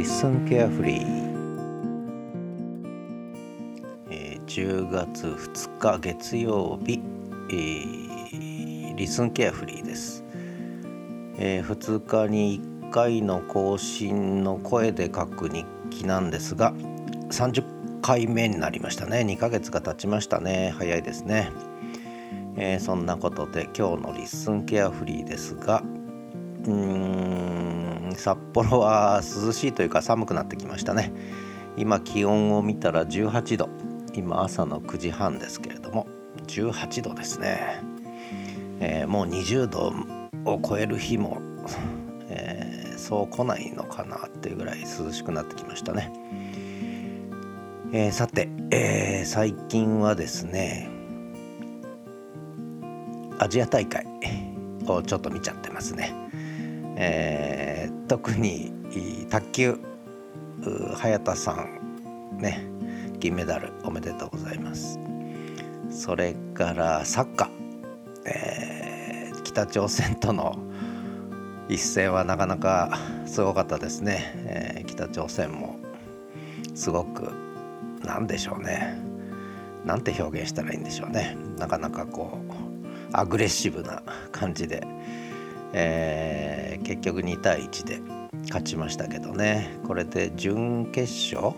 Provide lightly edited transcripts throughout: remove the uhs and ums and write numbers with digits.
Listen Carefully、10月2日月曜日、Listen Carefully です。2日に1回の更新の声で書く日記なんですが、30回目になりましたね。2ヶ月が経ちましたね。早いですね。そんなことで今日のListen Carefullyですが、札幌は涼しいというか寒くなってきましたね。今気温を見たら18度、今朝の9時半ですけれども18度ですね。もう20度を超える日も、そう来ないのかなっていうぐらい涼しくなってきましたね。さて、最近はですね、アジア大会をちょっと見ちゃってますね。特に卓球、早田さんね、銀メダルおめでとうございます。それからサッカー、北朝鮮との一戦はなかなかすごかったですね。北朝鮮もすごくなんでしょうね、なんて表現したらいいんでしょうね、なかなかこうアグレッシブな感じで、結局2対1で勝ちましたけどね。これで準決勝、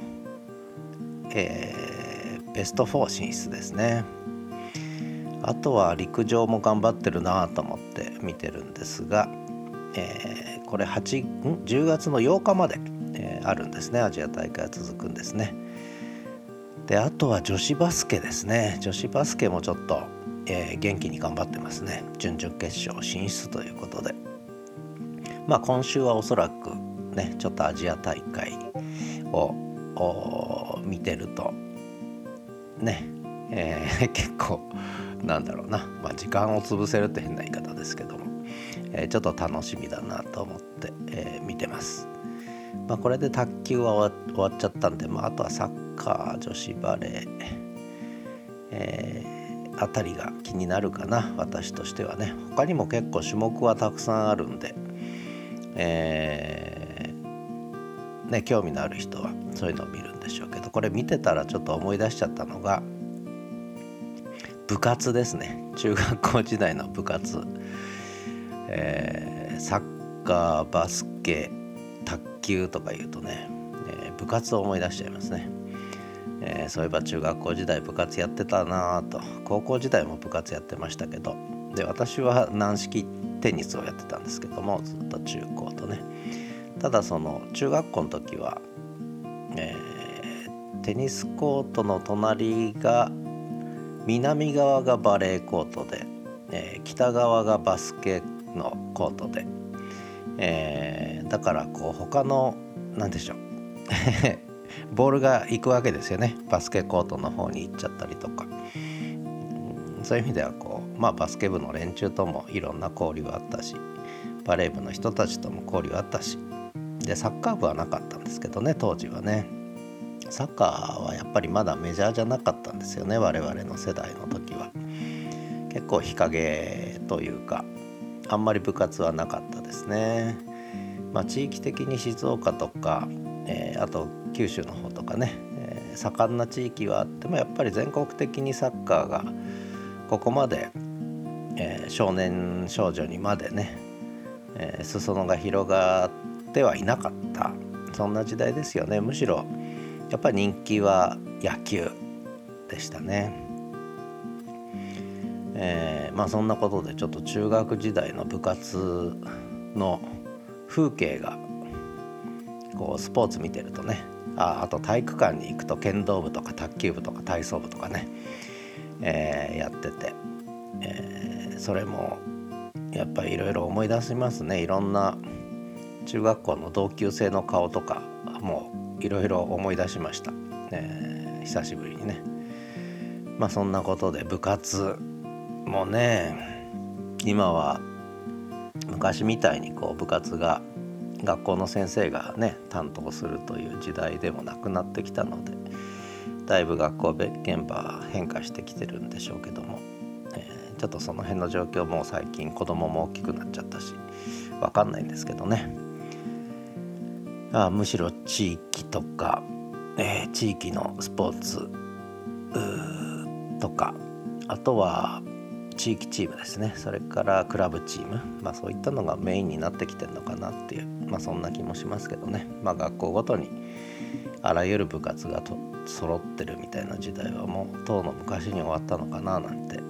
ベスト4進出ですね。あとは陸上も頑張ってるなと思って見てるんですが、これ10月の8日まで、あるんですね。アジア大会が続くんですね。で、あとは女子バスケですね。女子バスケもちょっと、元気に頑張ってますね。準々決勝進出ということで、今週はおそらくね、ちょっとアジア大会を見てるとね、結構なんだろうな、時間を潰せるって変な言い方ですけども、ちょっと楽しみだなと思って、見てます。これで卓球は終わっちゃったんで、あとはサッカー、女子バレー、あたりが気になるかな、私としてはね。他にも結構種目はたくさんあるんで、興味のある人はそういうのを見るんでしょうけど、これ見てたらちょっと思い出しちゃったのが部活ですね。中学校時代の部活、サッカー、バスケ、卓球とか言うとね、部活を思い出しちゃいますね。そういえば中学校時代部活やってたなと。高校時代も部活やってましたけど、で私は軟式テニスをやってたんですけども、ずっと中高とね。ただその中学校の時は、テニスコートの隣が南側がバレーコートで、北側がバスケのコートで、だからこう他のなんでしょうボールが行くわけですよね。バスケコートの方に行っちゃったりとか、そういう意味ではこう、バスケ部の連中ともいろんな交流あったし、バレー部の人たちとも交流あったし、でサッカー部はなかったんですけどね、当時はね。サッカーはやっぱりまだメジャーじゃなかったんですよね、我々の世代の時は。結構日陰というか、あんまり部活はなかったですね。地域的に静岡とか、あと九州の方とかね、盛んな地域はあっても、やっぱり全国的にサッカーがここまで、少年少女にまでね、裾野が広がってはいなかった、そんな時代ですよね。むしろやっぱり人気は野球でしたね。そんなことでちょっと中学時代の部活の風景がこうスポーツ見てるとね、あと体育館に行くと剣道部とか卓球部とか体操部とかね、やってて、それもやっぱりいろいろ思い出しますね。いろんな中学校の同級生の顔とかもいろいろ思い出しました、久しぶりにね。そんなことで部活もね、今は昔みたいにこう部活が学校の先生がね担当するという時代でもなくなってきたので、だいぶ学校現場は変化してきてるんでしょうけども、ちょっとその辺の状況も最近子供も大きくなっちゃったし分かんないんですけどね。 むしろ地域とか、地域のスポーツとか、あとは地域チームですね、それからクラブチーム、そういったのがメインになってきてるのかなっていう、そんな気もしますけどね。学校ごとにあらゆる部活が揃ってるみたいな時代はもうとうの昔に終わったのかななんて、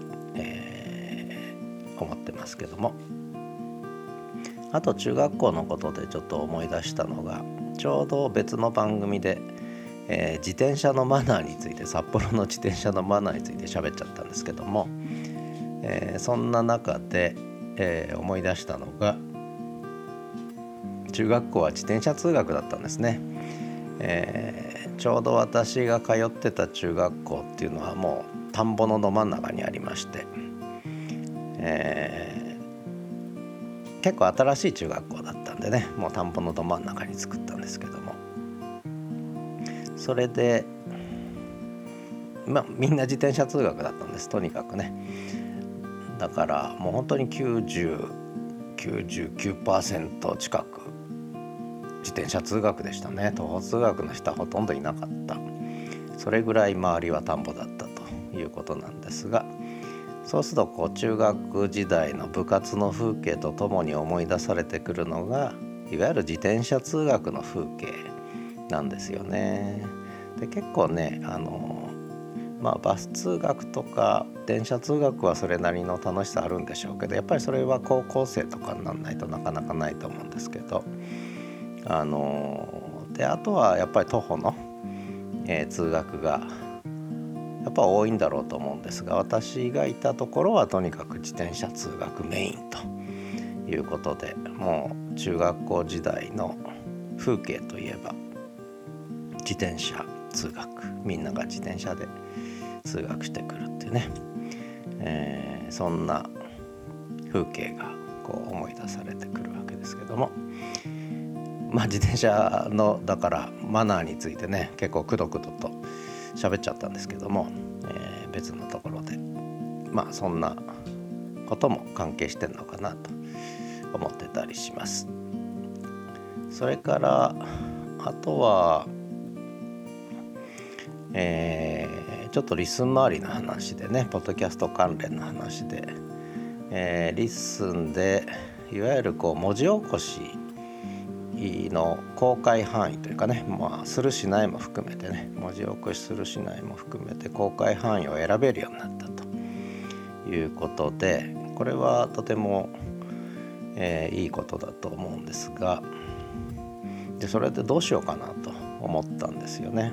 思ってますけども。あと中学校のことでちょっと思い出したのが、ちょうど別の番組で、自転車のマナーについて、札幌の自転車のマナーについて喋っちゃったんですけども、そんな中で、思い出したのが、中学校は自転車通学だったんですね。ちょうど私が通ってた中学校っていうのはもう田んぼのど真ん中にありまして、結構新しい中学校だったんでね、もう田んぼのど真ん中に作ったんですけども、それでみんな自転車通学だったんです、とにかくね。だからもう本当に99% 近く自転車通学でしたね。徒歩通学の人はほとんどいなかった。それぐらい周りは田んぼだったということなんですが、そうすると中学時代の部活の風景とともに思い出されてくるのが、いわゆる自転車通学の風景なんですよね。で結構ね、バス通学とか電車通学はそれなりの楽しさあるんでしょうけど、やっぱりそれは高校生とかにならないとなかなかないと思うんですけど、であとはやっぱり徒歩の、通学がやっぱ多いんだろうと思うんですが、私がいたところはとにかく自転車通学メインということで、もう中学校時代の風景といえば自転車通学、みんなが自転車で通学してくるっていうね、そんな風景が思い出されてくるわけですけども、自転車のだからマナーについてね、結構くどくどと喋っちゃったんですけども、別のところでそんなことも関係してんのかなと思ってたりします。それからあとは、ちょっとリッスン周りの話でね、ポッドキャスト関連の話で、リッスンでいわゆる文字起こしの公開範囲というかね、するしないも含めてね、文字起こしするしないも含めて公開範囲を選べるようになったということで、これはとても、いいことだと思うんですが、でそれでどうしようかなと思ったんですよね。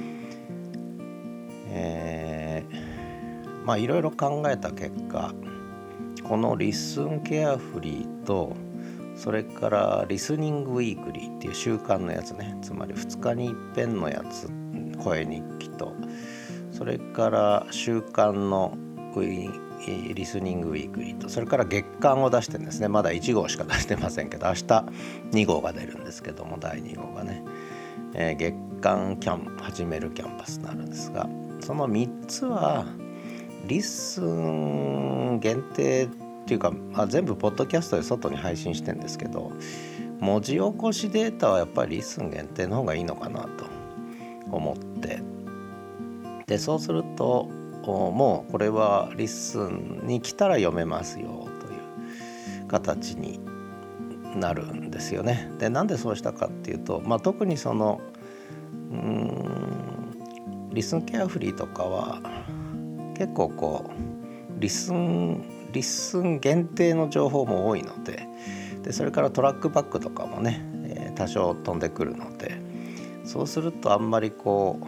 いろいろ考えた結果、このリスンケアフリーと、それからリスニングウィークリーっていう習慣のやつね、つまり2日に一遍のやつ、声日記と、それから習慣のリスニングウィークリーと、それから月間を出してるんですね。まだ1号しか出してませんけど、明日2号が出るんですけども、第2号がね、月間始めるキャンパスになるんですが、その3つはリッスン限定っていうか、全部ポッドキャストで外に配信してるんですけど、文字起こしデータはやっぱりリッスン限定の方がいいのかなと思って、でそうするともうこれはリッスンに来たら読めますよという形になるんですよね。でなんでそうしたかっていうと、特にそのリスンケアフリーとかは結構リスン限定の情報も多いので、それからトラックバックとかもね、多少飛んでくるので、そうするとあんまり文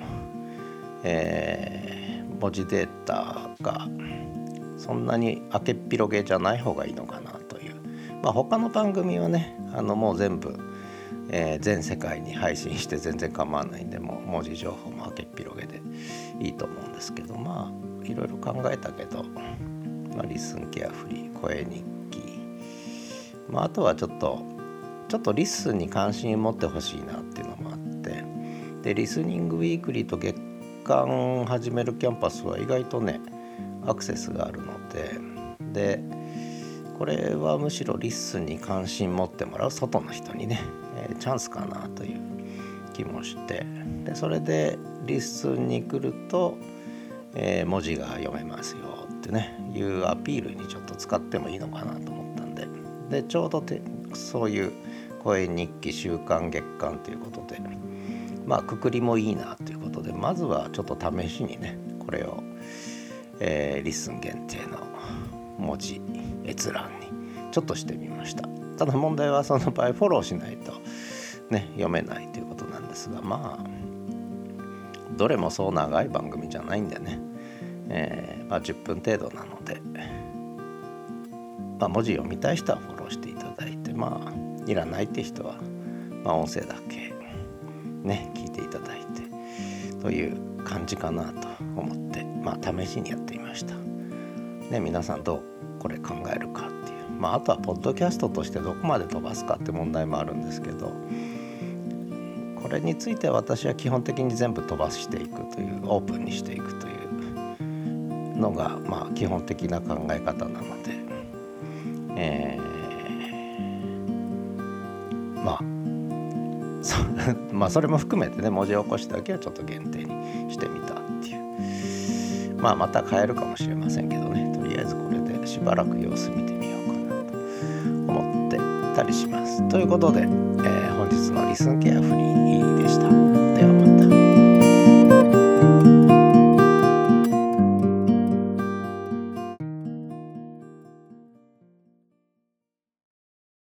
字データがそんなに明けっぴろげじゃない方がいいのかなという、他の番組はね、もう全部、全世界に配信して全然構わないんで、もう文字情報も明けっぴろげでいいと思うんですけど、いろいろ考えたけど、リスンケアフリー、声日記、あとはちょっとリスンに関心を持ってほしいなっていうのもあって、でリスニングウィークリーと月間始めるキャンパスは意外とねアクセスがあるので、これはむしろリスンに関心持ってもらう外の人にね、チャンスかなという気もして、でそれでリッスンに来ると、文字が読めますよってねいうアピールにちょっと使ってもいいのかなと思ったんで、でちょうどそういう声日記週刊月間ということで、くくりもいいなということで、まずはちょっと試しにねこれを、リッスン限定の文字閲覧にちょっとしてみました。ただ問題はその場合フォローしないとね読めないということなんですが、どれもそう長い番組じゃないんでね、10分程度なので、文字読みたい人はフォローしていただいて、いらないって人は、音声だけね聞いていただいてという感じかなと思って、試しにやってみました。ね、皆さんどうこれ考えるかっていう、あとはポッドキャストとしてどこまで飛ばすかって問題もあるんですけど、これについては私は基本的に全部飛ばしていくという、オープンにしていくというのが基本的な考え方なので、それも含めてね文字起こしだけはちょっと限定にしてみたっていう、また変えるかもしれませんけどね、とりあえずこれでしばらく様子見てみようかなと思ってたりします。ということで、本日のリスンケアフリー